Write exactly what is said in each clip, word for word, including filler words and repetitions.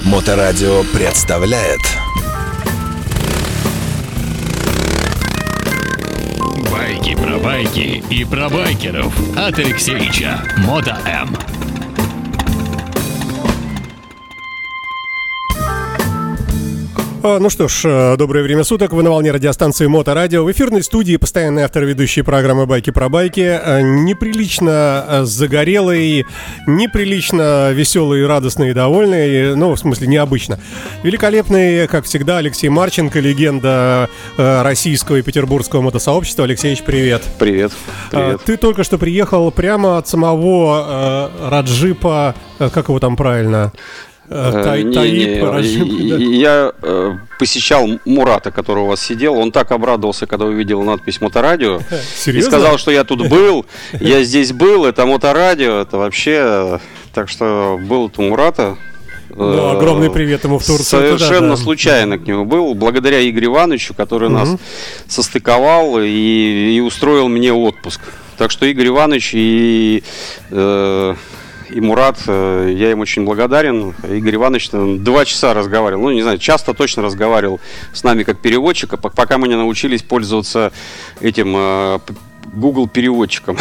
Моторадио представляет Байки про байки и про байкеров от Алексеича. Мото М. Ну что ж, доброе время суток. Вы на волне радиостанции Моторадио. В эфирной студии постоянный автор ведущей программы «Байки про байки». Неприлично загорелый, неприлично веселый, радостный и довольный. Ну, в смысле, необычно. Великолепный, как всегда, Алексей Марченко, легенда российского и петербургского мотосообщества. Алексеич, привет. Привет. Привет. Ты только что приехал прямо от самого э, Раджипа, как его там правильно? Тай, не, Таип, не, Раджип, да. Я э, посещал Мурата, который у вас сидел. Он так обрадовался, когда увидел надпись «Моторадио». Серьезно? И сказал, что я тут был, я здесь был, это Моторадио, это вообще... Так что был это Мурата. Ну, огромный привет ему в Турции. Совершенно туда, да. случайно к нему был, благодаря Игорю Ивановичу, который угу. нас состыковал и, и устроил мне отпуск. Так что Игорь Иванович и... Э, И Мурат, я им очень благодарен. Игорь Иванович два часа разговаривал, ну не знаю, часто точно разговаривал с нами как переводчика, пока мы не научились пользоваться этим Google переводчиком.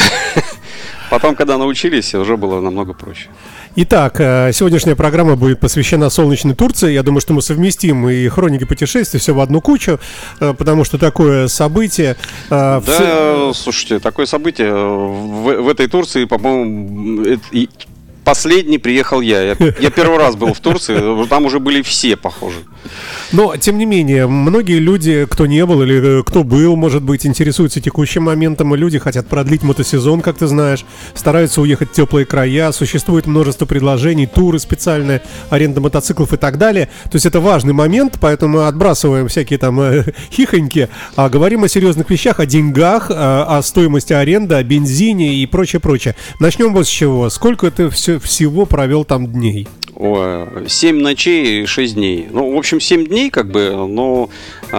Потом, когда научились, уже было намного проще. Итак, сегодняшняя программа будет посвящена солнечной Турции. Я думаю, что мы совместим и хроники путешествий, все в одну кучу, потому что такое событие... Да, все... слушайте, такое событие в, в этой Турции, по-моему, это... Последний приехал я. я. Я первый раз был в Турции, там уже были все похожи. Но, тем не менее, многие люди, кто не был или кто был, может быть, интересуются текущим моментом, и люди хотят продлить мотосезон, как ты знаешь, стараются уехать в теплые края, существует множество предложений, туры специальные, аренда мотоциклов и так далее. То есть это важный момент, поэтому мы отбрасываем всякие там э, хихоньки, а говорим о серьезных вещах, о деньгах, о, о стоимости аренды, о бензине и прочее-прочее. Начнем вот с чего. Сколько ты все всего провел там дней? Семь ночей и шесть дней. Ну, в общем, семь дней, как бы, но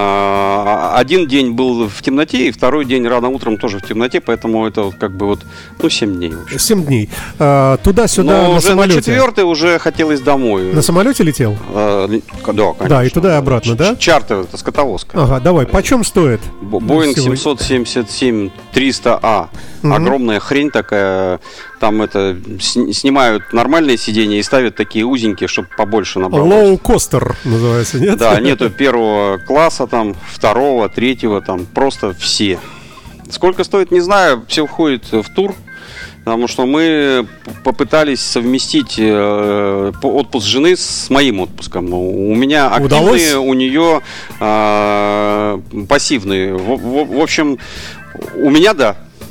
а, один день был в темноте, и второй день рано утром тоже в темноте, поэтому это как бы вот, ну, семь дней. Семь дней. А, туда-сюда но на уже самолете? На четвертый уже хотелось домой. На самолете летел? А, да, конечно. Да, и туда и обратно, Ч- да? Чартер, это скотовозка. Ага, давай, почем стоит? Боинг семьсот семьдесят семь триста А. Угу. Огромная хрень такая. Там это снимают нормальные сиденья и ставят такие узенькие, чтобы побольше набралось. Лоу-костер называется, нет? Да, нету первого класса, там, второго, третьего, там, просто все. Сколько стоит, не знаю, все входит в тур, потому что мы попытались совместить э, отпуск жены с моим отпуском. У меня активные, у нее э, пассивные. В, в, в общем, у меня да.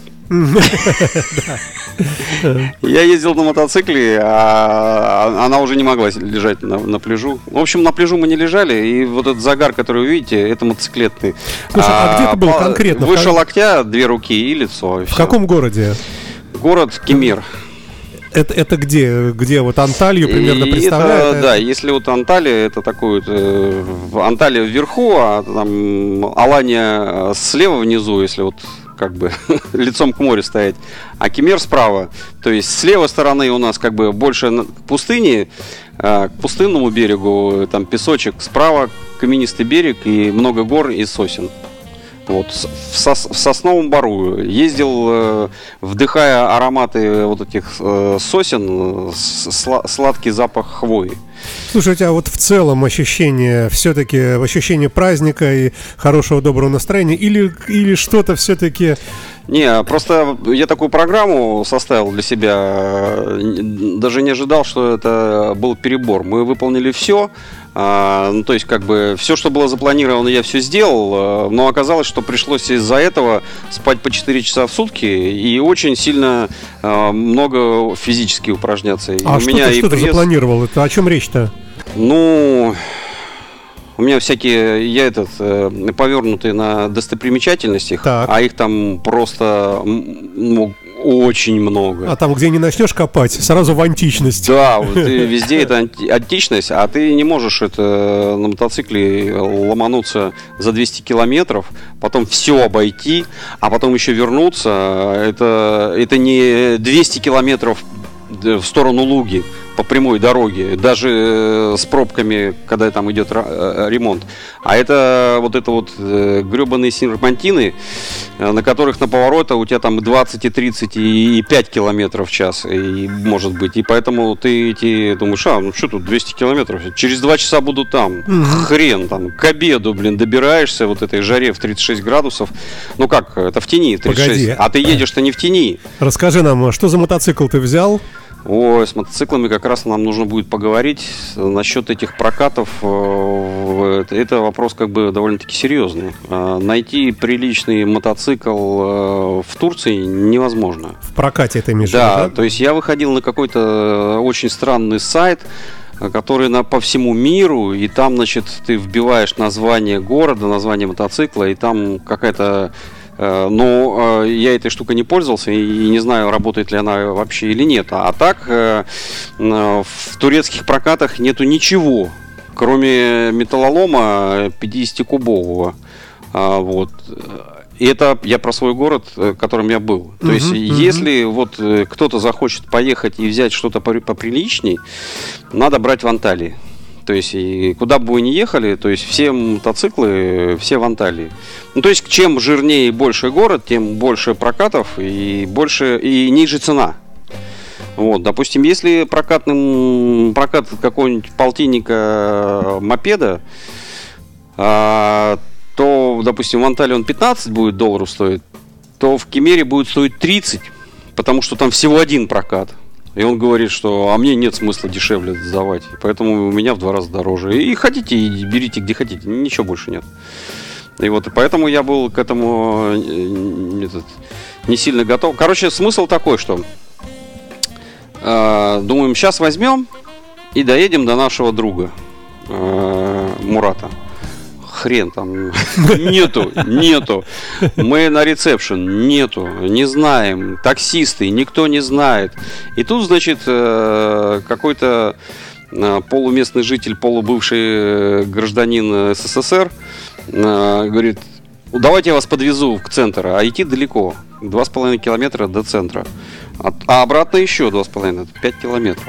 Я ездил на мотоцикле, а она уже не могла лежать на, на пляжу. В общем, на пляжу мы не лежали, и вот этот загар, который вы видите, это мотоциклетный. Слушай, а, а где ты был по- конкретно? Выше локтя, две руки и лицо. И в все. Каком городе? Город Кемер. Это, это где? Где вот Анталью примерно представляет? Это, да, если вот Анталия, это такой вот, э, Анталия вверху, а там Алания слева внизу, если вот как бы лицом к морю стоять, а Кемер справа. То есть с левой стороны у нас как бы больше пустыни, к пустынному берегу там песочек, справа каменистый берег и много гор и сосен. Вот, в, сос, в сосновом бору ездил, э, вдыхая ароматы вот этих э, сосен, сла, сладкий запах хвои. Слушай, у тебя вот в целом ощущение, все-таки ощущение праздника и хорошего доброго настроения, или, или что-то все-таки... Не, просто я такую программу составил для себя, даже не ожидал, что это был перебор. Мы выполнили все, ну, то есть как бы все, что было запланировано, я все сделал, но оказалось, что пришлось из-за этого спать по четыре часа в сутки и очень сильно много физически упражняться. И а у что, меня ты, и что пресс... ты запланировал? Это о чем речь-то? Ну... У меня всякие, я этот, э, повернутый на достопримечательностях, так. А их там просто, ну, очень много. А там, где не начнешь копать, сразу в античность. Да, вот, везде это анти- античность, а ты не можешь это на мотоцикле ломануться за двести километров, потом все обойти, а потом еще вернуться. Это, это не двести километров в сторону Луги. по прямой дороге, даже э, с пробками, когда там идет ра- ремонт. А это вот это вот э, гребаные серпантины, э, на которых на поворотах у тебя там двадцать, и тридцать, и пять километров в час, и, может быть. И поэтому ты эти думаешь, а, ну что тут двести километров? Через два часа буду там. Mm-hmm. Хрен там, к обеду, блин, добираешься вот этой жаре в тридцать шесть градусов. Ну как, это в тени тридцать шесть. Погоди. А ты едешь-то не в тени. Расскажи нам, что за мотоцикл ты взял? Ой, с мотоциклами как раз нам нужно будет поговорить насчет этих прокатов. Это вопрос как бы довольно-таки серьезный. Найти приличный мотоцикл в Турции невозможно. В прокате это имеешь в виду, да? Да, то есть я выходил на какой-то очень странный сайт, который на, по всему миру, и там, значит, ты вбиваешь название города, название мотоцикла, и там какая-то... Но я этой штукой не пользовался и не знаю, работает ли она вообще или нет. А так в турецких прокатах нету ничего, кроме металлолома пятидесятикубового. Вот. И это я про свой город, в котором я был. То uh-huh, есть, uh-huh. если вот кто-то захочет поехать и взять что-то поприличней, надо брать в Анталии. То есть, и куда бы вы ни ехали, то есть все мотоциклы, все в Анталии. Ну, то есть, чем жирнее и больше город, тем больше прокатов и больше и ниже цена. Вот, допустим, если прокатным, прокат какого-нибудь полтинника мопеда, а, то, допустим, в Анталии он пятнадцать будет долларов стоить, то в Кемере будет стоить тридцать, потому что там всего один прокат. И он говорит, что а мне нет смысла дешевле сдавать, поэтому у меня в два раза дороже. И хотите, и берите где хотите, ничего больше нет. И вот и поэтому я был к этому этот, не сильно готов. Короче, смысл такой, что э, думаем, сейчас возьмем и доедем до нашего друга э, Мурата. Хрен там нету, нету. Мы на ресепшн, нету, не знаем. Таксисты, никто не знает. И тут, значит, какой-то полуместный житель, полубывший гражданин СССР говорит: давайте я вас подвезу к центру, а идти далеко, два с половиной километра до центра. А обратно еще два с половиной, пять километров.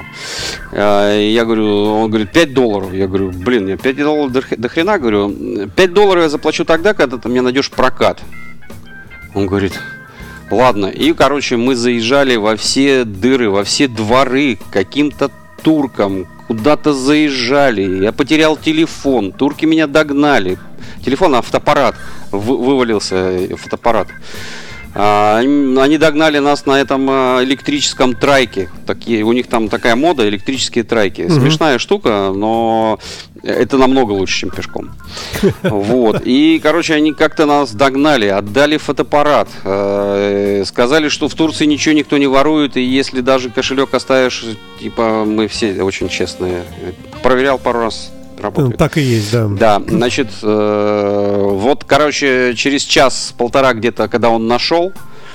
Я говорю, он говорит, пять долларов. Я говорю, блин, я пять долларов до хрена, говорю, пять долларов я заплачу тогда, когда ты мне найдешь прокат. Он говорит, ладно. И, короче, мы заезжали во все дыры, во все дворы каким-то туркам, куда-то заезжали. Я потерял телефон, турки меня догнали. Телефон, а фотоаппарат, вывалился фотоаппарат. Они догнали нас на этом электрическом трайке. Такие, у них там такая мода, электрические трайки. Mm-hmm. Смешная штука, но это намного лучше, чем пешком. Вот. И, короче, они как-то нас догнали, отдали фотоаппарат. Сказали, что в Турции ничего никто не ворует, и если даже кошелек оставишь, типа, мы все очень честные. Проверял пару раз. Работает. Так и есть, да. Да, значит, э, вот, короче, через час-полтора где-то, когда он нашел,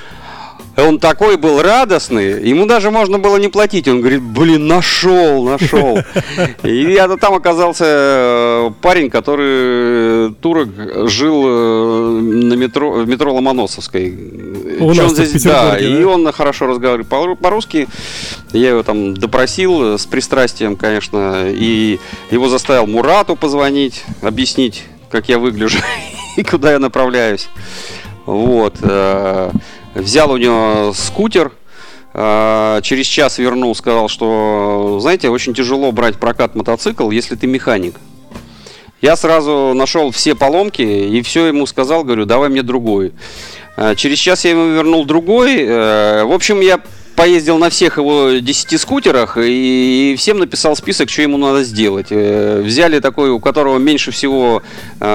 он такой был радостный, ему даже можно было не платить. Он говорит, блин, нашел, нашел. И я там оказался парень, который турок, жил на метро, в метро Ломоносовской. У нас здесь, да, да, и он хорошо разговаривает по-русски. Я его там допросил с пристрастием, конечно, и его заставил Мурату позвонить, объяснить, как я выгляжу и куда я направляюсь. Вот. Взял у него скутер, через час вернул, сказал, что, знаете, очень тяжело брать прокат мотоцикл, если ты механик. Я сразу нашел все поломки и все ему сказал, говорю, давай мне другой. Через час я ему вернул другой. В общем, я поездил на всех его десяти скутерах и всем написал список, что ему надо сделать. Взяли такой, у которого меньше всего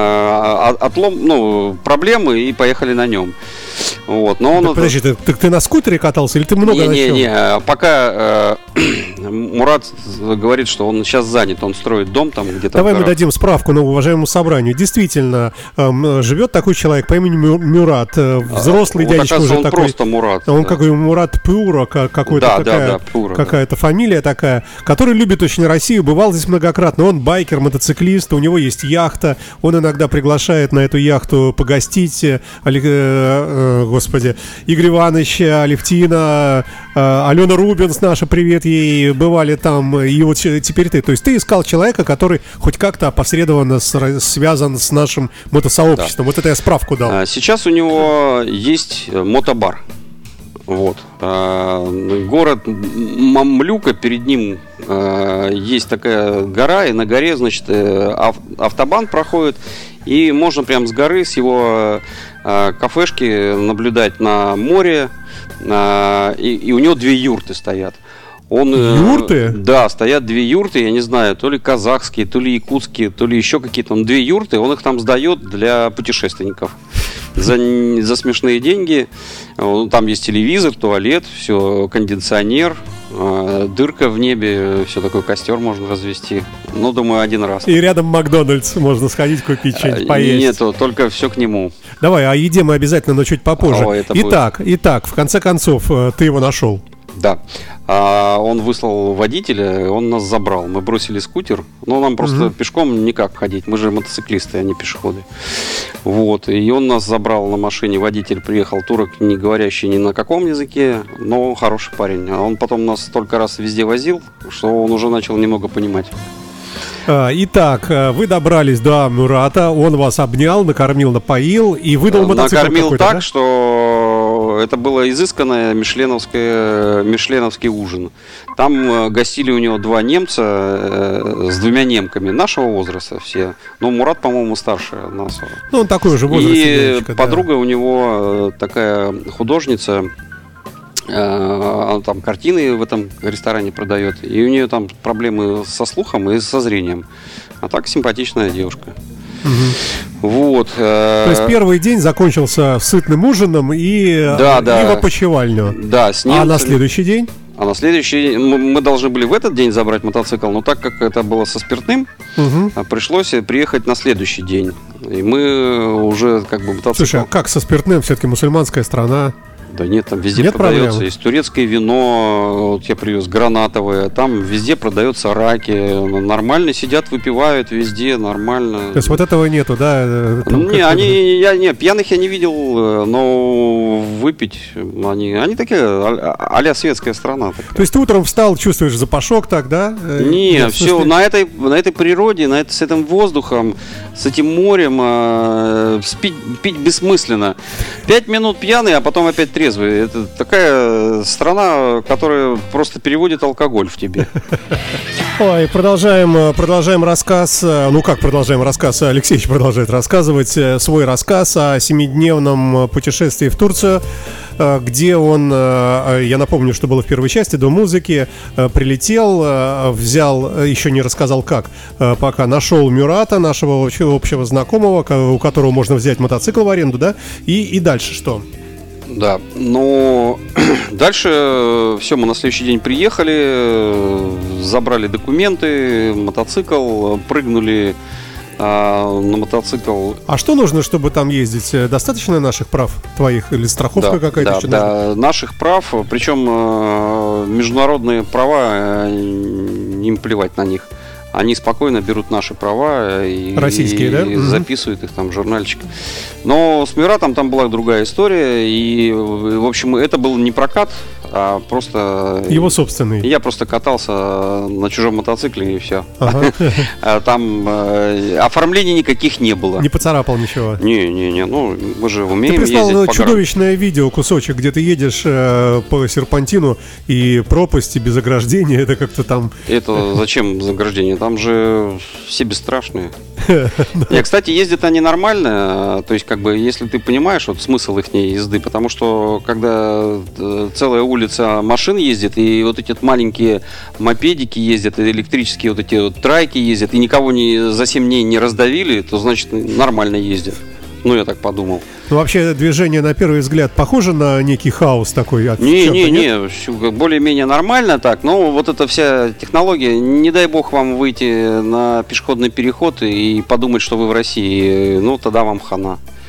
отлом, ну, проблемы, и поехали на нем. Вот, но он... Так, подожди, ты, ты, ты на скутере катался или ты много не, на чем? Не, не, пока э, Мурат говорит, что он сейчас занят, он строит дом там где-то. Давай мы дадим справку на уважаемому собранию. Действительно, э, живет такой человек по имени Мурат, э, взрослый вот, дядечка уже он такой. Просто Мурат. Он да. какой Мурат Пюра, какой-то да, такая, да, да, Пюра, какая-то да. фамилия такая, который любит очень Россию, бывал здесь многократно. Он байкер, мотоциклист, у него есть яхта, он иногда приглашает на эту яхту погостить э, э, господи, Игорь Иванович, Алевтина, э, Алена Рубинс наша, привет ей, бывали там, и вот теперь ты. То есть ты искал человека, который хоть как-то опосредованно с, связан с нашим мотосообществом. Да. Вот это я справку дал. Сейчас у него есть мотобар. Вот. Город Мамлюка, перед ним есть такая гора, и на горе, значит, автобан проходит, и можно прям с горы, с его кафешки наблюдать на море, и, и у него две юрты стоят. Он, юрты? Да, стоят две юрты, я не знаю, то ли казахские, то ли якутские, то ли еще какие-то. Он две юрты, он их там сдает для путешественников за, за смешные деньги. Там есть телевизор, туалет, все, кондиционер, дырка в небе, все, такой костер можно развести. Ну, думаю, один раз. И рядом Макдональдс, можно сходить купить что-нибудь поесть. Нету, только все к нему. Давай, о еде мы обязательно, но чуть попозже. О, итак, будет... итак, в конце концов, ты его нашел. Да. А он выслал водителя, он нас забрал. Мы бросили скутер. Но нам просто угу. пешком никак ходить. Мы же мотоциклисты, а не пешеходы. Вот. И он нас забрал на машине. Водитель приехал, турок, не говорящий ни на каком языке, но хороший парень. А он потом нас столько раз везде возил, что он уже начал немного понимать. Итак, вы добрались до Мурата, он вас обнял, накормил, напоил и выдал мотоцикл. Накормил так, да? что это было изысканное мишленовское, мишленовский ужин. Там гостили у него два немца с двумя немками нашего возраста все. Но Мурат, по-моему, старше нас. Ну, он такой же возраст. И девочка, подруга да. у него такая художница. Она там картины в этом ресторане продает. И у нее там проблемы со слухом и со зрением. А так симпатичная девушка. Угу. Вот. То есть первый день закончился сытным ужином и, да, и да. в опочивальню. Да, с немцами. А на следующий день? А на следующий день мы должны были в этот день забрать мотоцикл, но так как это было со спиртным, угу. пришлось приехать на следующий день. И мы уже как бы мотоцикл... Слушай, а как со спиртным? Все-таки мусульманская страна. Да нет, там везде нет продается. Проблем? Есть турецкое вино, вот я привез, гранатовое. Там везде продается раки. Нормально сидят, выпивают везде, нормально. То есть вот этого нету, да? Там не, они, я, не, пьяных я не видел, но выпить, они, они такие, а- а-ля светская страна такая. То есть ты утром встал, чувствуешь запашок так, да? Не, Нет, все, смысле... на, этой, на этой природе, на это, с этим воздухом, с этим морем, э, спить, пить бессмысленно. Пять минут пьяный, а потом опять трезвый. Это такая страна, которая просто переводит алкоголь в тебе. Ой, продолжаем, продолжаем рассказ. Ну как продолжаем рассказ? Алексеевич продолжает рассказывать свой рассказ о семидневном путешествии в Турцию, где он, я напомню, что было в первой части, до музыки, прилетел, взял, еще не рассказал как, пока нашел Мурата, нашего общего знакомого, у которого можно взять мотоцикл в аренду, да, и, и дальше что? Да, но дальше все, мы на следующий день приехали, забрали документы, мотоцикл, прыгнули а, на мотоцикл. А что нужно, чтобы там ездить? Достаточно наших прав твоих или страховка да, какая-то? Да, еще да, нужна? наших прав, причем международные права, им плевать на них. Они спокойно берут наши права и, российские, и, да? и записывают их там в журнальчик. Но с Мюратом там была другая история. И, в общем, это был не прокат, а просто... Его собственный. Я просто катался на чужом мотоцикле и все. Ага. Там оформлений никаких не было. Не поцарапал ничего? Не-не-не, ну мы же умеем ездить. Ты прислал ездить чудовищное по... видео, кусочек, где ты едешь э, по серпантину и пропасти без ограждения. Это как-то там... Это зачем заграждение? Там же все бесстрашные. Нет, кстати, ездят они нормально. То есть, как бы, если ты понимаешь вот смысл их езды, потому что когда целая улица машин ездит, и вот эти маленькие мопедики ездят, и электрические вот эти вот трайки ездят, и никого не, за семь дней не раздавили, то значит нормально ездят. Ну, я так подумал. Ну, вообще, движение, на первый взгляд, похоже на некий хаос такой? Не-не-не, более-менее нормально так. Но вот эта вся технология, не дай бог вам выйти на пешеходный переход и подумать, что вы в России, ну, тогда вам хана.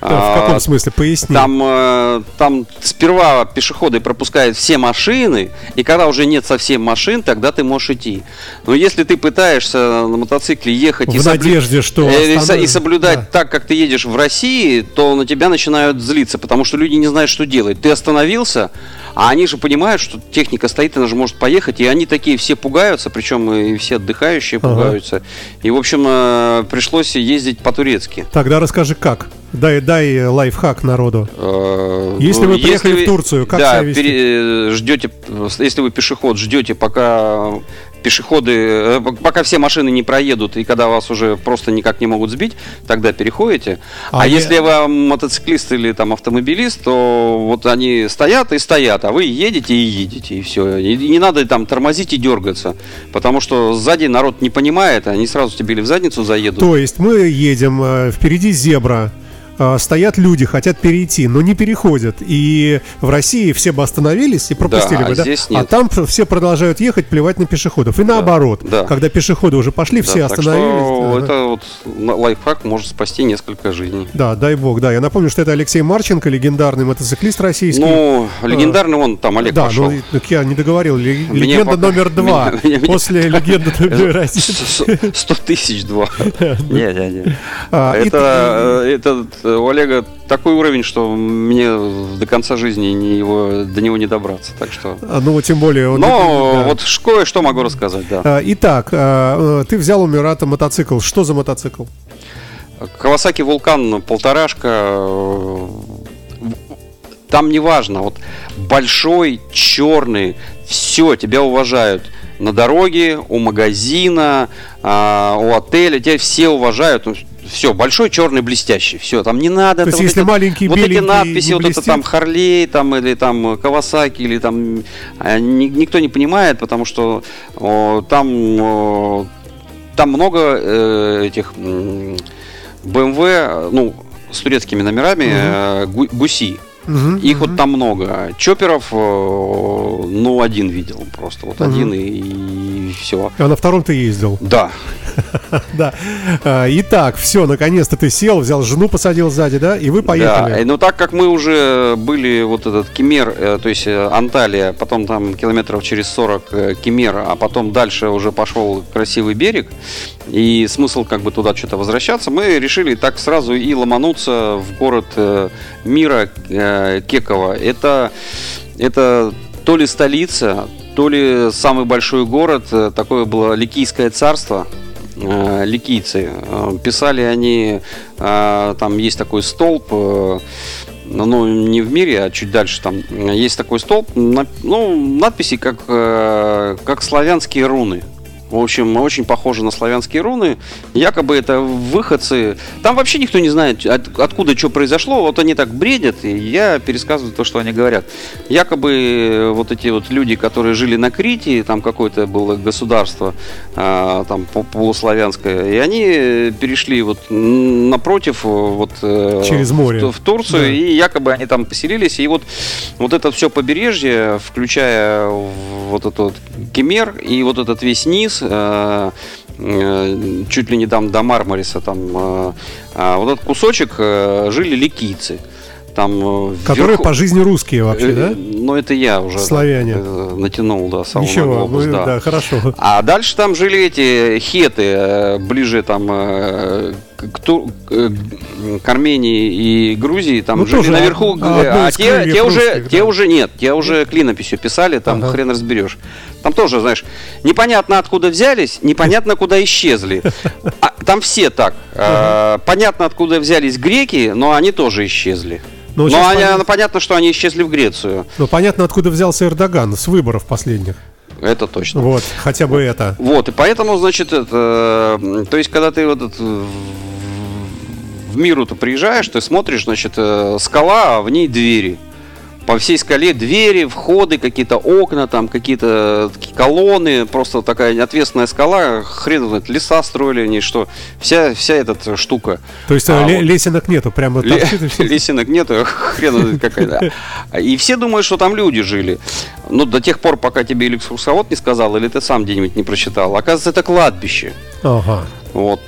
В каком смысле? Поясни. Там, там сперва пешеходы пропускают все машины, и когда уже нет совсем машин, тогда ты можешь идти. Но если ты пытаешься на мотоцикле ехать в и, надежде, что и, останов... и соблюдать да. так, как ты едешь в России, то на тебя начинают злиться, потому что люди не знают, что делать. Ты остановился, а они же понимают, что техника стоит, она же может поехать, и они такие все пугаются, причем и все отдыхающие ага. пугаются. И, в общем, пришлось ездить по-турецки. Тогда расскажи, как. Дай, дай лайфхак народу. Если вы приехали если в Турцию, как да, себя вести? Пере, ждете, если вы пешеход, ждете, пока пешеходы, пока все машины не проедут, и когда вас уже просто никак не могут сбить, тогда переходите. А, а я... если вы мотоциклист или там автомобилист, то вот они стоят и стоят, а вы едете и едете, и все. И не надо там тормозить и дергаться, потому что сзади народ не понимает, они сразу тебе или в задницу заедут. То есть мы едем, впереди зебра, стоят люди, хотят перейти, но не переходят. И в России все бы остановились и пропустили да, бы, а да? Здесь нет. А там все продолжают ехать, плевать на пешеходов. И наоборот, да, да. когда пешеходы уже пошли, да, все остановились. Что ага. Это вот лайфхак может спасти несколько жизней. Да, дай бог, да. Я напомню, что это Алексей Марченко, легендарный мотоциклист российский. Ну, легендарный он там, Олег да, пошел. Ну, так я не договорил. Легенда пока... номер два. Меня, после меня... легенды номер один. Сто тысяч два. Нет, нет, нет. Это у Олега такой уровень, что мне до конца жизни не его, до него не добраться. Так что... Ну, тем более... Он... Но да. вот кое-что могу рассказать, да. Итак, ты взял у Мирата мотоцикл. Что за мотоцикл? Kawasaki Vulcan, полторашка. Там не важно. Вот большой, черный, все, тебя уважают. На дороге, у магазина, у отеля, тебя все уважают. Все, большой, черный, блестящий. Все, там не надо. То есть, вот если это, маленький, вот беленький, эти надписи, вот это там Харлей, там, или там Кавасаки, или там ни, никто не понимает, потому что о, там, о, там много э, этих э, бэ эм вэ, ну, с турецкими номерами, uh-huh. э, гу, гуси. Uh-huh, Их uh-huh. вот там много. Чоперов, ну, один видел просто. Вот uh-huh. один и, и все. А на втором ты ездил? Да. Да. Итак, все, наконец-то ты сел, взял жену, посадил сзади, да? И вы поехали. Да, но так как мы уже были, вот этот Кемер, то есть Анталия, потом там километров через сорок Кемер, а потом дальше уже пошел красивый берег, и смысл как бы туда что-то возвращаться, мы решили так сразу и ломануться в город мира Кеково. Это, это то ли столица, то ли самый большой город, такое было Ликийское царство. Ликийцы. Писали они, там есть такой столб, ну, не в мире, а чуть дальше там есть такой столб, ну, надписи как, как славянские руны. В общем, очень похожи на славянские руны. Якобы это выходцы. Там вообще никто не знает, от, откуда что произошло. Вот они так бредят, и я пересказываю то, что они говорят. Якобы вот эти вот люди, которые жили на Крите, там какое-то было государство, а, там полуславянское, и они перешли вот напротив, вот через море в, в Турцию, да. И якобы они там поселились. И вот, вот это все побережье, включая вот этот вот Кемер и вот этот весь низ, чуть ли не там до Мармариса, там вот этот кусочек жили ликийцы. Там, которые вверху... по жизни русские вообще, да? Ну, это я уже славяне. Да, натянул, да, сам Ничего, глобус, ну, да. да, хорошо. А дальше там жили эти хеты, ближе там к, ту... к Армении и Грузии, там ну, жили наверху, а, а те, те, уже, русских, те да. уже нет, те уже клинописью писали, там ага. хрен разберешь. Там тоже, знаешь, непонятно откуда взялись, непонятно куда исчезли. А, там все так. Ага. Понятно откуда взялись греки, но они тоже исчезли. Но, но они, понятно... понятно, что они исчезли в Грецию. Но понятно, откуда взялся Эрдоган с выборов последних. Это точно. Вот, хотя бы это. Вот, и поэтому, значит, это, то есть, когда ты вот это, в миру-то приезжаешь, ты смотришь, значит, скала, а в ней двери. По всей скале двери, входы, какие-то окна, там какие-то колонны, просто такая ответственная скала, хрен знает, леса строили они, что вся, вся эта штука. То есть а, лесенок вот, нету, прямо ле- лесенок нету, хрен какая-то. И все думают, что там люди жили. Ну, до тех пор, пока тебе экскурсовод не сказал, или ты сам где-нибудь не прочитал. Оказывается, это кладбище. Ага. Вот.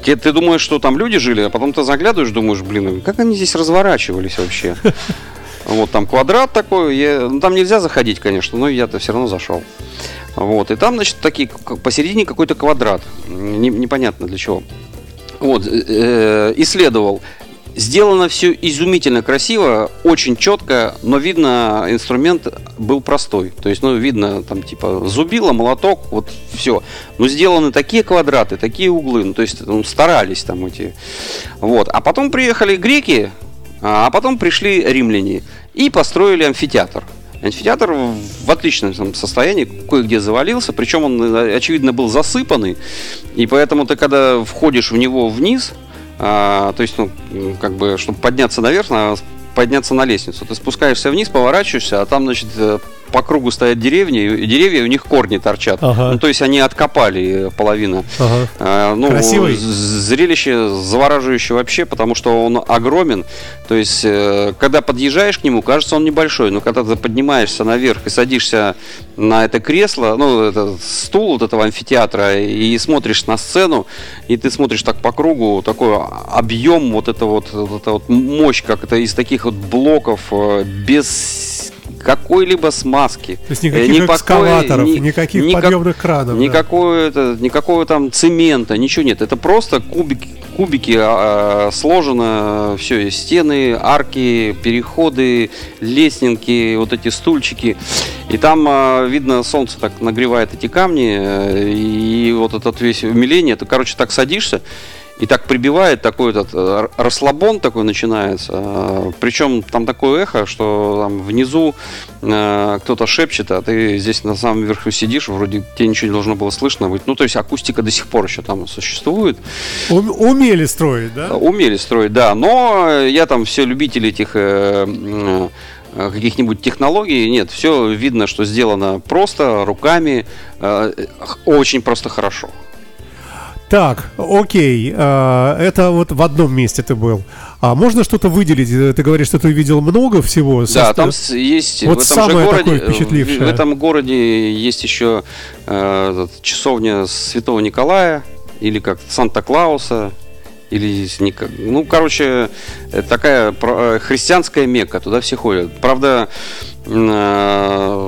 Ты, ты думаешь, что там люди жили, а потом ты заглядываешь, думаешь, блин, как они здесь разворачивались вообще? Вот там квадрат такой, я, ну, там нельзя заходить, конечно, но я-то все равно зашел. Вот, и там, значит, такие, посередине какой-то квадрат, не, непонятно для чего. Вот, э, исследовал. Сделано все изумительно красиво, очень четко, но видно, инструмент был простой. То есть, ну, видно, там, типа, зубило, молоток, вот все. Но сделаны такие квадраты, такие углы, ну, то есть, ну, старались там эти. Вот, а потом приехали греки, а потом пришли римляне и построили амфитеатр. Амфитеатр в отличном состоянии, кое-где завалился, причем он, очевидно, был засыпанный, и поэтому ты, когда входишь в него вниз, а, то есть, ну, как бы, чтобы подняться наверх, надо подняться на лестницу. Ты спускаешься вниз, поворачиваешься, а там, значит, по кругу стоят деревья, и деревья, у них корни торчат. Ага. Ну, то есть они откопали половину. Ага. А, ну, красивый. Зрелище завораживающее вообще, потому что он огромен. То есть, когда подъезжаешь к нему, кажется, он небольшой, но когда ты поднимаешься наверх и садишься на это кресло, ну, это стул вот этого амфитеатра, и смотришь на сцену, и ты смотришь так по кругу, такой объем, вот это вот, вот эта вот мощь, как это из таких вот блоков, без какой-либо смазки. То есть никаких никакой, экскаваторов, ни, никаких никак, подъемных кранов. Никакого, да. это, никакого там цемента, ничего нет. Это просто кубики, кубики а, сложено все, стены, арки, переходы, лестники, вот эти стульчики. И там а, видно, солнце так нагревает эти камни, и вот этот весь умиление, ты, короче, так садишься, и так прибивает, такой этот расслабон такой начинается. Причем там такое эхо, что там внизу э, кто-то шепчет, а ты здесь на самом верху сидишь, вроде тебе ничего не должно было слышно быть. Ну, то есть акустика до сих пор еще там существует. Умели строить, да? Умели строить, да. Но я там все любитель этих э, э, каких-нибудь технологий. Нет, все видно, что сделано просто, руками, э, очень просто хорошо. Так, окей, это вот в одном месте ты был. А можно что-то выделить? Ты говоришь, что ты видел много всего. Да, там есть вот в этом же городе, впечатлившее. В этом городе есть еще э, часовня Святого Николая, или как Санта-Клауса, или ну, короче, такая христианская Мекка, туда все ходят. Правда, э,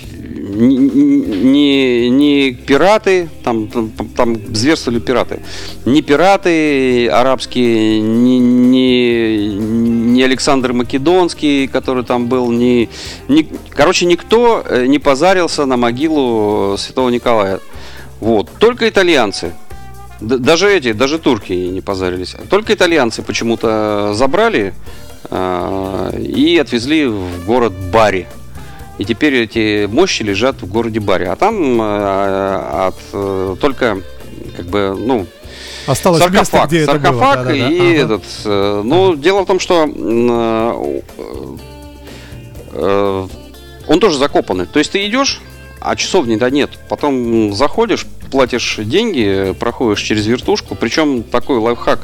Не, не пираты, там, там, там зверствовали пираты, не пираты арабские, не, не, не Александр Македонский, который там был, не, не, короче, никто не позарился на могилу Святого Николая. Вот, только итальянцы, даже эти, даже турки не позарились, только итальянцы почему-то забрали э, и отвезли в город Бари. И теперь эти мощи лежат в городе Бари. А там э, от, э, только как бы, ну, осталось саркофаг, место, где саркофаг это было. и Да, да, да. этот. Э, ну, дело в том, что э, э, он тоже закопанный. То есть ты идешь, а часовни-то нет. Потом заходишь, платишь деньги, проходишь через вертушку. Причем такой лайфхак.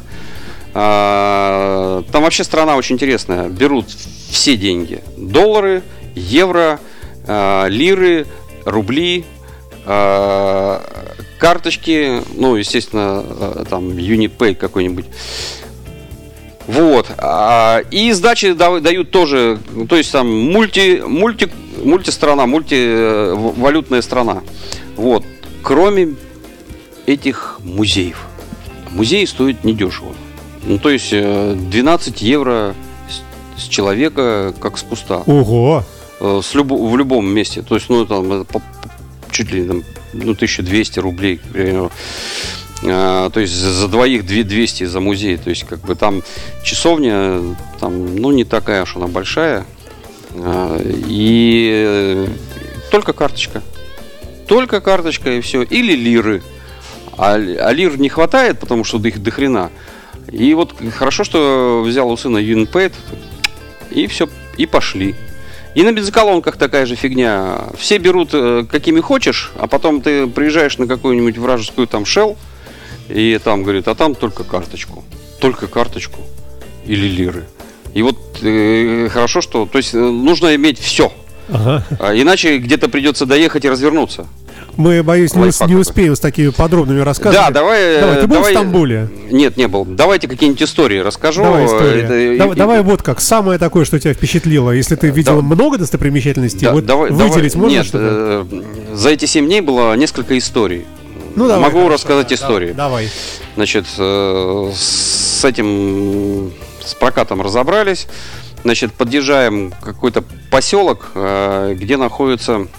Э, там вообще страна очень интересная. Берут все деньги. Доллары, евро, э, лиры, рубли, э, карточки, ну, естественно, э, там, Unipay какой-нибудь. Вот. А, и сдачи да, дают тоже, то есть там мульти, мульти, мультистрана, мультивалютная страна. Вот. Кроме этих музеев. Музеи стоят недешево. Ну, то есть двенадцать евро с, с человека, как с куста. Ого! С люб... в любом месте. То есть, ну, там, по... чуть ли там, ну, тысяча двести рублей, к примеру. А, то есть за двоих две тысячи двести за музей. То есть, как бы там часовня, там, ну, не такая уж она большая. А, и только карточка. Только карточка и все. Или лиры. А, а лир не хватает, потому что их до хрена. И вот хорошо, что взял у сына Unipay, и все, и пошли. И на бензоколонках такая же фигня. Все берут э, какими хочешь, а потом ты приезжаешь на какую-нибудь вражескую там Shell, и там говорит, а там только карточку. Только карточку или лиры. И вот э, хорошо, что... То есть нужно иметь все. Ага. А, иначе где-то придется доехать и развернуться. Мы, боюсь, не, Лайфхак не такой. успеем с такими подробными рассказами. Да, давай. Давай, ты был давай... в Стамбуле? Нет, не был. Давайте какие-нибудь истории расскажу. Давай история. Это- Давай, и- давай вот как, самое такое, что тебя впечатлило. Если ты видел да. много достопримечательностей, Да, вот давай- выделить давай- можно Нет, что-то? э, за эти семь дней было несколько историй. Ну, давай, Могу хорошо, рассказать да, истории. Давай. Значит, э, с этим, с прокатом разобрались. Значит, подъезжаем в какой-то поселок, э, где находится...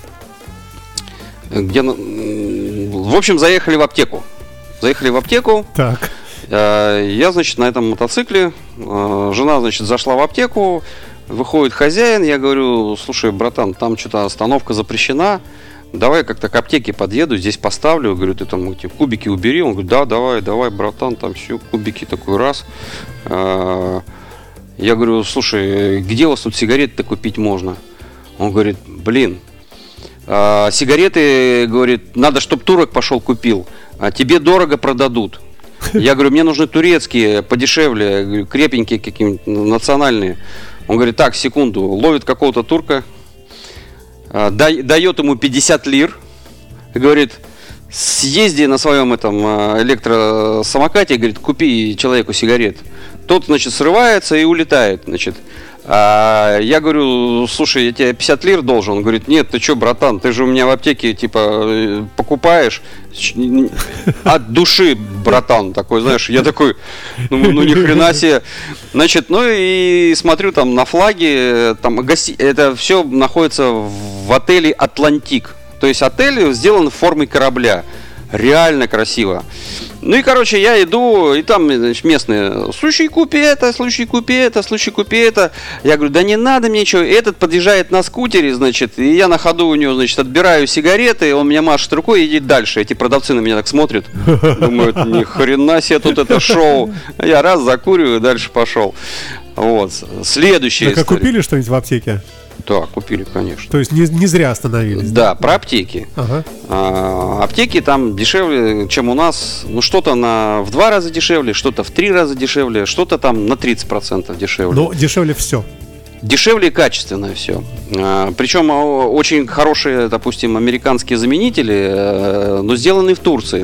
Где, на- в общем, заехали в аптеку. Заехали в аптеку. Так. Э, Я, значит, на этом мотоцикле. э, Жена, значит, зашла в аптеку. Выходит хозяин. Я говорю: слушай, братан, там что-то остановка запрещена. Давай как-то к аптеке подъеду, здесь поставлю. Говорю, ты там эти кубики убери. Он говорит: да, давай, давай, братан, там все, кубики такой раз. Э, Я говорю: слушай, где у вас тут сигареты-то купить можно? Он говорит: блин, а, сигареты, говорит, надо, чтобы турок пошел купил, а тебе дорого продадут. Я говорю: мне нужны турецкие, подешевле, говорю, крепенькие какие-нибудь, национальные. Он говорит: так, секунду, ловит какого-то турка, а, да- дает ему пятьдесят лир, и говорит: съезди на своем этом а, электросамокате, говорит, купи человеку сигарет. Тот, значит, срывается и улетает, значит. А я говорю: слушай, я тебе пятьдесят лир должен. Он говорит: нет, ты что, братан, ты же у меня в аптеке, типа, э, покупаешь от души, братан, такой, знаешь. Я такой: ну, ну ни хрена себе. Значит, ну и смотрю там на флаге, там гости... это все находится в отеле «Атлантик». То есть отель сделан в форме корабля. Реально красиво. Ну и, короче, я иду, и там, значит, местные: слушай, купи это, слушай, купи это, слушай, купи это. Я говорю: да не надо мне ничего. Этот подъезжает на скутере, значит, и я на ходу у него, значит, отбираю сигареты, он мне машет рукой и идет дальше. Эти продавцы на меня так смотрят. Думают: ни хрена себе тут это шоу. Я раз закуриваю, дальше пошел. Вот. Следующая Так, а история. купили что-нибудь в аптеке? Да, купили, конечно. То есть не, не зря остановились? Да, про аптеки. Ага. А, аптеки там дешевле, чем у нас. Ну, что-то на в два раза дешевле, что-то в три раза дешевле, что-то там на тридцать процентов дешевле. Но дешевле все. Дешевле и качественное все. А, причем а, очень хорошие, допустим, американские заменители, э, но сделаны в Турции.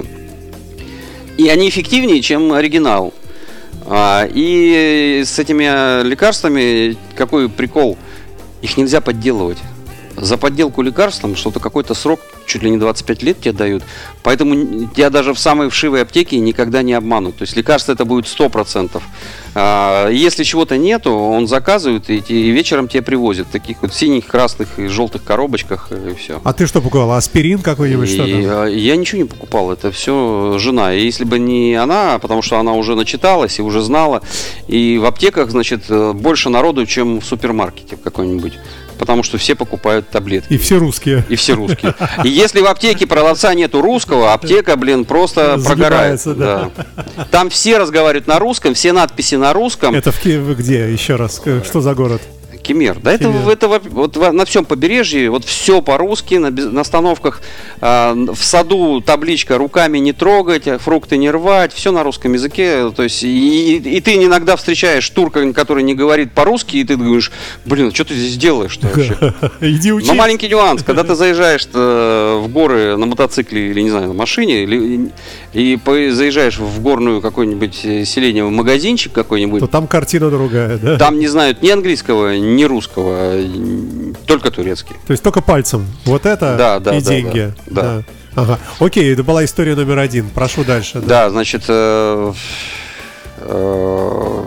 И они эффективнее, чем оригинал. А, и с этими лекарствами какой прикол? Их нельзя подделывать. За подделку лекарством что-то какой-то срок, чуть ли не двадцать пять лет тебе дают. Поэтому тебя даже в самой вшивой аптеке никогда не обманут. То есть лекарство это будет сто процентов. А, если чего-то нету, он заказывает и, и вечером тебе привозят. В таких вот синих, красных и желтых коробочках, и все. А ты что покупал? Аспирин какой-нибудь? Что И, там? а, я ничего не покупал, это все жена. И если бы не она, потому что она уже начиталась и уже знала. И в аптеках, значит, больше народу, чем в супермаркете какой-нибудь. Потому что все покупают таблетки. И все русские. И все русские. И если в аптеке продавца нету русского, аптека, блин, просто прогорает. Загибается, да. Да. Там все разговаривают на русском, все надписи на русском. Это в Киеве где? Еще раз. К- Что за город? Кемер. Да это, Кемер. это во- вот во- на всем побережье, вот все по-русски, на, без- на остановках, а, в саду табличка «руками не трогать», фрукты не рвать, все на русском языке. То есть, и, и- и ты иногда встречаешь турка, который не говорит по-русски, и ты говоришь: блин, что ты здесь делаешь-то вообще? Иди учись. Но маленький нюанс, когда ты заезжаешь э, в горы на мотоцикле или, не знаю, на машине, или, и по- заезжаешь в горную какое-нибудь э, селение, в магазинчик какой-нибудь, То там картина другая, да? там не знают ни английского, ни русского, а только турецкий. То есть только пальцем. Вот это Да, да, и да, деньги. да, да. Ага. Окей, это была история номер один. Прошу дальше. Да, значит, э, э,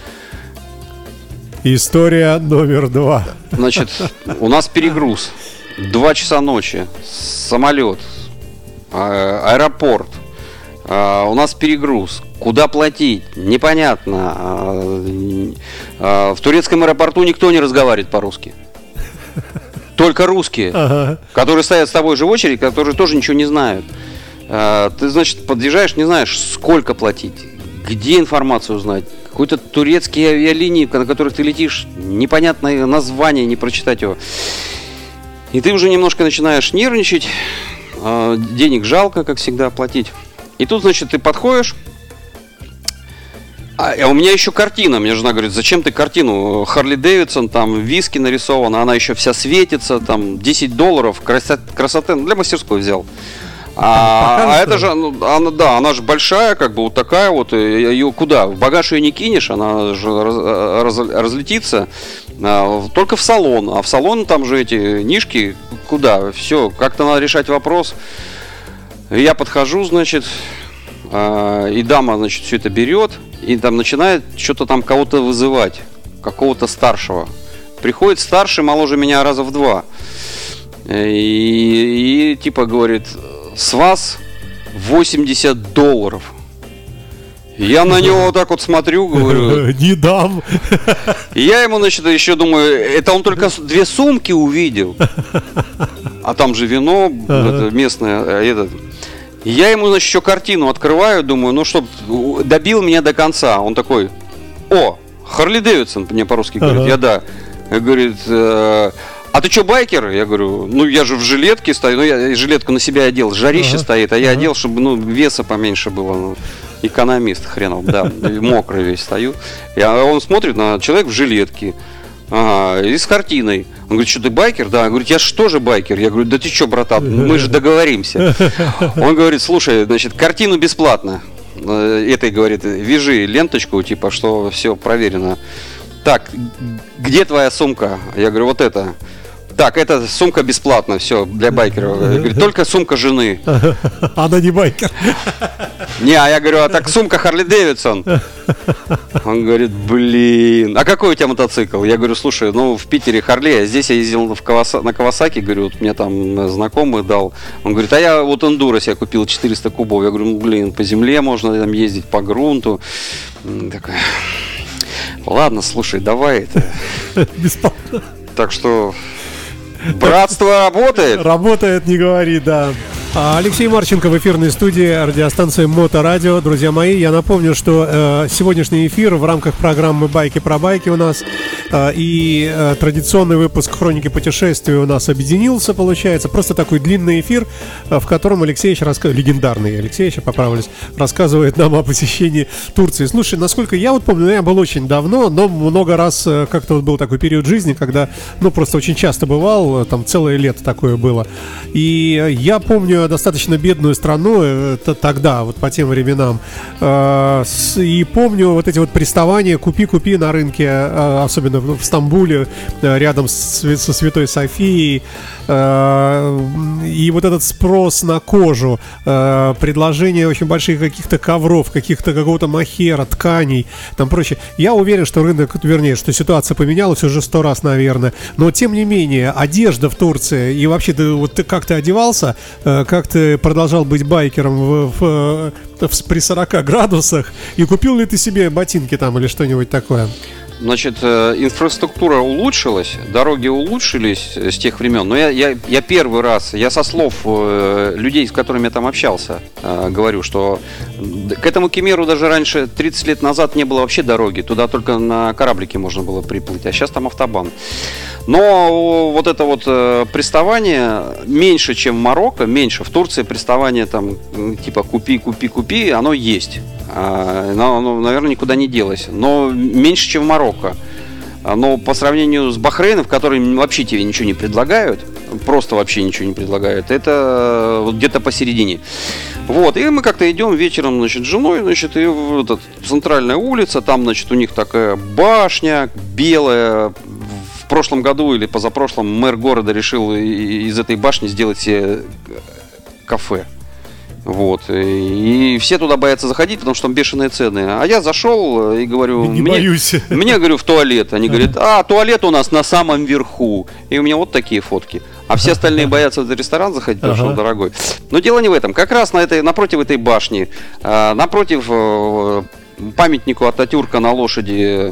История номер два. значит, у нас перегруз. Два часа ночи, самолет, э, аэропорт. Э, у нас перегруз. Куда платить? Непонятно. Э, э, в турецком аэропорту никто не разговаривает по-русски. Только русские, Ага. которые стоят с тобой же в очередь, которые тоже ничего не знают. Э, Ты, значит, подъезжаешь, не знаешь, сколько платить, где информацию узнать. Какой-то турецкие авиалинии, на которых ты летишь, непонятное название, не прочитать его. И ты уже немножко начинаешь нервничать, э, денег жалко, как всегда, платить. И тут, значит, ты подходишь, А, а у меня еще картина. Мне жена говорит, зачем ты картину? Харли Дэвидсон, там виски нарисована, она еще вся светится, там десять долларов, красоты, красоты для мастерской взял. А, а это же, ну, она, да, она же большая, как бы вот такая вот, ее куда? В багаж ее не кинешь, она же раз, раз, разлетится. А, только в салон. А в салон там же эти нишки, куда? Все, как-то надо решать вопрос. Я подхожу, значит, а, и дама, значит, все это берет, и там начинает что-то там кого-то вызывать, какого-то старшего. Приходит старший, моложе меня раза в два. И, и типа говорит, с вас восемьдесят долларов. Я на него вот так вот смотрю, говорю, не дам. И я ему, значит, еще думаю, это он только две сумки увидел. А там же вино это местное, этот. Я ему, значит, еще картину открываю, думаю, ну чтоб добил меня до конца. Он такой, о, Харли Дэвидсон, мне по-русски говорит, ага. Я да. Я говорит, э, а ты что, байкер? Я говорю, ну я же в жилетке стою, ну я жилетку на себя одел, жарище ага. стоит, а я ага. одел, чтобы ну веса поменьше было. Ну, экономист хренов, да, мокрый весь стою. И он смотрит на человека в жилетке. Ага, и с картиной. Он говорит, что ты байкер? Да. Он говорит, я что же байкер? Я говорю, да ты что, братан, мы же договоримся. Он говорит, слушай, значит, картину бесплатно. Этой, говорит, вяжи ленточку, типа, что все проверено. Так, где твоя сумка? Я говорю, вот это. Так, это сумка бесплатно, все, для байкеров. Говорит, только сумка жены. Она не байкер. Не, а я говорю, а так сумка Харли Дэвидсон. Он говорит, блин, а какой у тебя мотоцикл? Я говорю, слушай, ну в Питере Харли, а здесь я ездил в Каваса... на Кавасаки, говорю, вот мне там знакомый дал. Он говорит, а я вот эндуро себе купил четыреста кубов. Я говорю, ну блин, по земле можно там ездить, по грунту. Такой, ладно, слушай, давай это. Бесплатно. Так что... Братство работает? Работает, не говори, да. Алексей Марченко в эфирной студии радиостанции Моторадио. Друзья мои, я напомню, что э, сегодняшний эфир в рамках программы «Байки про байки» у нас э, и э, традиционный выпуск «Хроники путешествий» у нас объединился, получается. Просто такой длинный эфир, э, в котором Алексеевич рассказывает, легендарный Алексеевич, поправлюсь, рассказывает нам о посещении Турции. Слушай, насколько я вот помню, я был очень давно, но много раз э, как-то вот был такой период жизни, когда, ну, просто очень часто бывал, там целое лето такое было. И я помню достаточно бедную страну это тогда, вот по тем временам. И помню вот эти вот приставания «купи-купи» на рынке, особенно в Стамбуле, рядом со Святой Софией. И вот этот спрос на кожу, предложение очень больших каких-то ковров, каких-то какого-то мохера, тканей, там прочее. Я уверен, что рынок, вернее, что ситуация поменялась уже сто раз, наверное. Но тем не менее, одежда в Турции и вообще ты, вот ты как ты одевался, как ты продолжал быть байкером в, в, в, при сорока градусах, и купил ли ты себе ботинки там или что-нибудь такое? Значит, инфраструктура улучшилась, дороги улучшились с тех времен. Но я, я, я первый раз, я со слов людей, с которыми я там общался, говорю, что к этому Кемеру даже раньше, тридцать лет назад, не было вообще дороги. Туда только на кораблике можно было приплыть, а сейчас там автобан. Но вот это вот приставание меньше, чем в Марокко, меньше. В Турции приставание там типа купи, купи, купи, оно есть. Оно, оно, наверное, никуда не делось. Но меньше, чем в Марокко. Но по сравнению с Бахрейном, в котором вообще тебе ничего не предлагают, просто вообще ничего не предлагают, это вот где-то посередине. Вот, и мы как-то идем вечером, значит, с женой, значит, и вот эта центральная улица, там, значит, у них такая башня белая. В прошлом году или позапрошлом мэр города решил из этой башни сделать себе кафе. Вот. И все туда боятся заходить, потому что там бешеные цены. А я зашел и говорю, не мне, боюсь. Мне, говорю, в туалет. Они говорят, а, туалет у нас на самом верху. И у меня вот такие фотки. А все остальные боятся в этот ресторан заходить, потому что он дорогой. Но дело не в этом. Как раз на этой, напротив этой башни, напротив памятнику Ататюрка на лошади,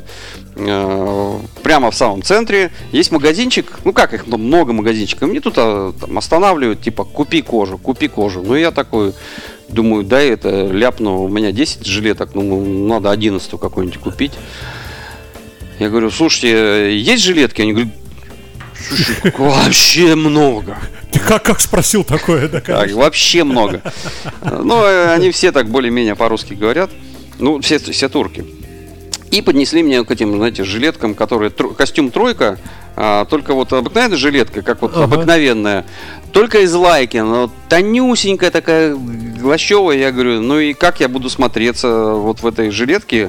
прямо в самом центре есть магазинчик. Ну как их много магазинчиков. Мне тут там останавливают, типа, купи кожу, купи кожу. Ну я такой думаю, да, это ляпну, у меня десять жилеток, ну надо одиннадцать какой-нибудь купить. Я говорю, слушайте, есть жилетки? Они говорят, слушай, вообще много. Ты как, как спросил такое? Да, так, вообще много. Ну, они все так более-менее по-русски говорят. Ну, все, все турки. И поднесли мне к этим, знаете, жилеткам, которые тр- костюм тройка, а, только вот обыкновенная жилетка, как вот ага. обыкновенная, только из лайки, но тонюсенькая такая, глащевая. Я говорю, ну и как я буду смотреться вот в этой жилетке?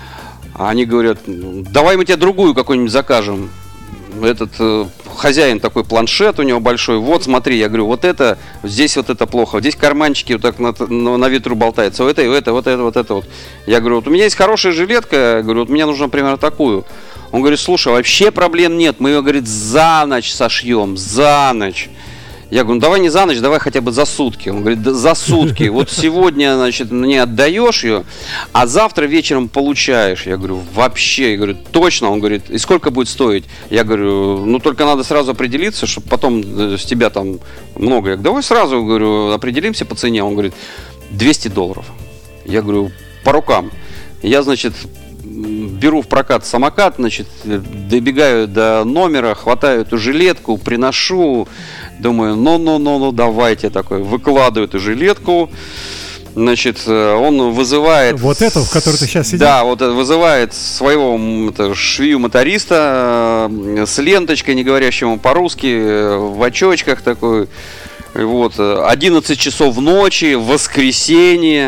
А они говорят, давай мы тебе другую какую-нибудь закажем. Этот э, хозяин такой планшет у него большой. Вот смотри, я говорю, вот это, здесь вот это плохо, здесь карманчики вот так на, на, на ветру болтаются, вот это, вот это, вот это, вот это вот. Я говорю, вот у меня есть хорошая жилетка, я говорю, вот мне нужно примерно такую. Он говорит, слушай, вообще проблем нет, мы ее, говорит, за ночь сошьем, за ночь. Я говорю, ну давай не за ночь, давай хотя бы за сутки. Он говорит, да за сутки. Вот сегодня, значит, мне отдаешь ее, а завтра вечером получаешь. Я говорю, вообще, я говорю, точно? Он говорит, и сколько будет стоить? Я говорю, ну только надо сразу определиться, чтобы потом с тебя там много. Я говорю, давай сразу, говорю, определимся по цене. Он говорит, двести долларов. Я говорю, по рукам. Я, значит, беру в прокат самокат, значит, добегаю до номера, хватаю эту жилетку, приношу, думаю, ну-ну-ну-ну, давайте такой, выкладываю эту жилетку, значит, он вызывает... Вот эту, в которой ты сейчас сидишь? Да, вот вызывает своего это, швею-моториста с ленточкой, не говорящему по-русски, в очочках такой. Вот, одиннадцать часов ночи, воскресенье.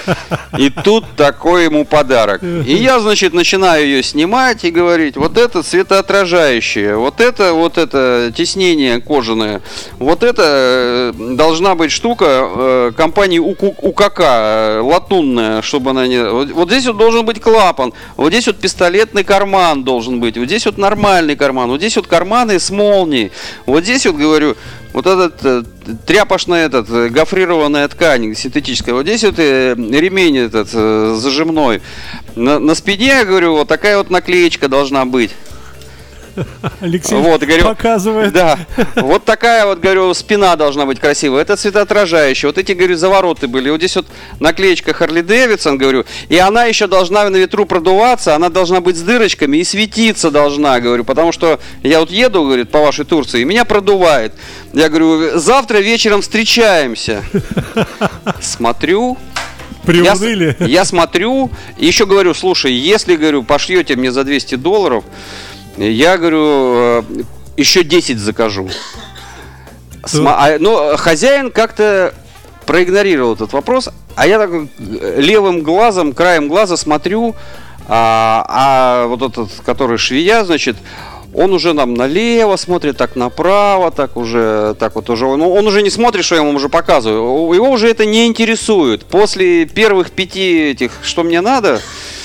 И тут такой ему подарок. И я, значит, начинаю ее снимать и говорить, вот это светоотражающее, вот это, вот это тиснение кожаное, вот это должна быть штука компании УКК, латунная, чтобы она не... Вот, вот здесь вот должен быть клапан, вот здесь вот пистолетный карман должен быть, вот здесь вот нормальный карман, вот здесь вот карманы с молнией, вот здесь вот, говорю, вот этот э, тряпочная, этот, гофрированная ткань синтетическая. Вот здесь вот э, ремень этот э, зажимной. На, на спине, я говорю, вот такая вот наклеечка должна быть. Алексей вот, говорю, показывает. Да, вот такая вот, говорю, спина должна быть красивая. Это светоотражающая. Вот эти, говорю, завороты были. Вот здесь вот наклеечка Harley Davidson, говорю. И она еще должна на ветру продуваться. Она должна быть с дырочками и светиться должна, говорю. Потому что я вот еду, говорит, по вашей Турции, и меня продувает. Я говорю, завтра вечером встречаемся. Смотрю. Приуныли. Я, я смотрю. И еще говорю, слушай, если, говорю, пошьете мне за двести долларов... Я говорю, еще десять закажу. Сма... А, ну, хозяин как-то проигнорировал этот вопрос, а я так левым глазом, краем глаза смотрю, а, а вот этот, который швея, значит, он уже нам налево смотрит, так направо, так уже, так вот уже, ну, он уже не смотрит, что я ему уже показываю, его уже это не интересует. После первых пяти этих, что мне надо...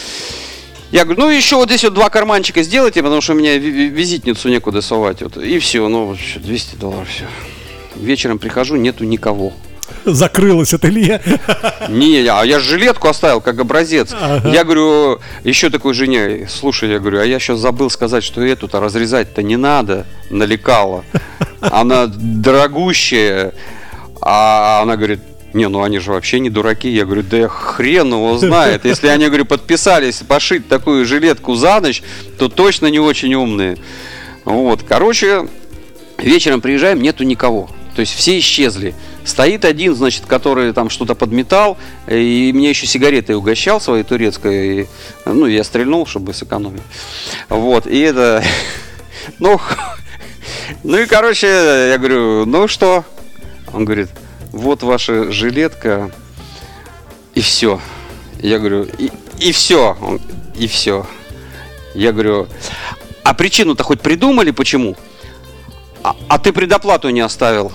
Я говорю, ну еще вот здесь вот два карманчика сделайте, потому что у меня визитницу некуда совать. Вот. И все, ну двести долларов, все. Вечером прихожу, нету никого. Закрылось ателье. Не, а я жилетку оставил как образец. Ага. Я говорю, еще такой жене, слушай, я говорю, а я сейчас забыл сказать, что эту-то разрезать-то не надо на лекало. Она дорогущая. А она говорит, не, ну они же вообще не дураки. Я говорю, да хрен его знает. Если они, говорю, подписались пошить такую жилетку за ночь, то точно не очень умные. Вот, короче, вечером приезжаем, нету никого. То есть все исчезли. Стоит один, значит, который там что-то подметал, и мне еще сигаретой угощал своей турецкой. И, ну, я стрельнул, чтобы сэкономить. Вот, и это... Ну, ну и, короче, я говорю, ну что? Он говорит... Вот ваша жилетка, и все. Я говорю, и, и все, и все. Я говорю, а причину-то хоть придумали, почему? А, а ты предоплату не оставил.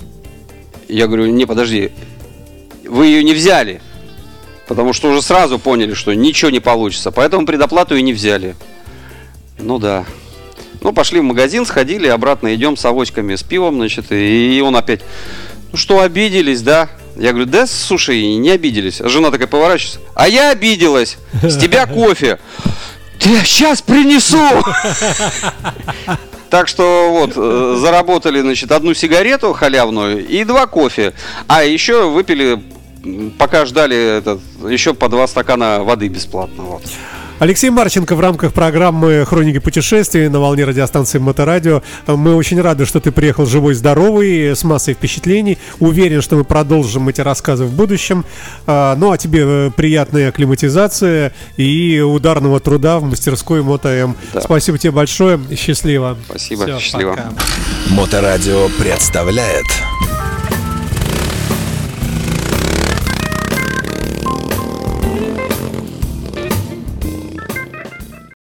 Я говорю, не, подожди, вы ее не взяли, потому что уже сразу поняли, что ничего не получится, поэтому предоплату и не взяли. Ну да. Ну, пошли в магазин, сходили, обратно идем с авоськами, с пивом, значит, и он опять... Ну что, обиделись, да? Я говорю, да, слушай, не обиделись. А жена такая поворачивается. А я обиделась. С тебя кофе. Я сейчас принесу. Так что вот, заработали, значит, одну сигарету халявную и два кофе. А еще выпили пока ждали этот, еще по два стакана воды бесплатно. Вот. Алексей Марченко в рамках программы «Хроники путешествий» на волне радиостанции Моторадио. Мы очень рады, что ты приехал живой, здоровый, с массой впечатлений. Уверен, что мы продолжим эти рассказы в будущем. Ну, а тебе приятной акклиматизации и ударного труда в мастерской МоtoM. Да. Спасибо тебе большое. Счастливо. Спасибо. Все, счастливо. Пока. Моторадио представляет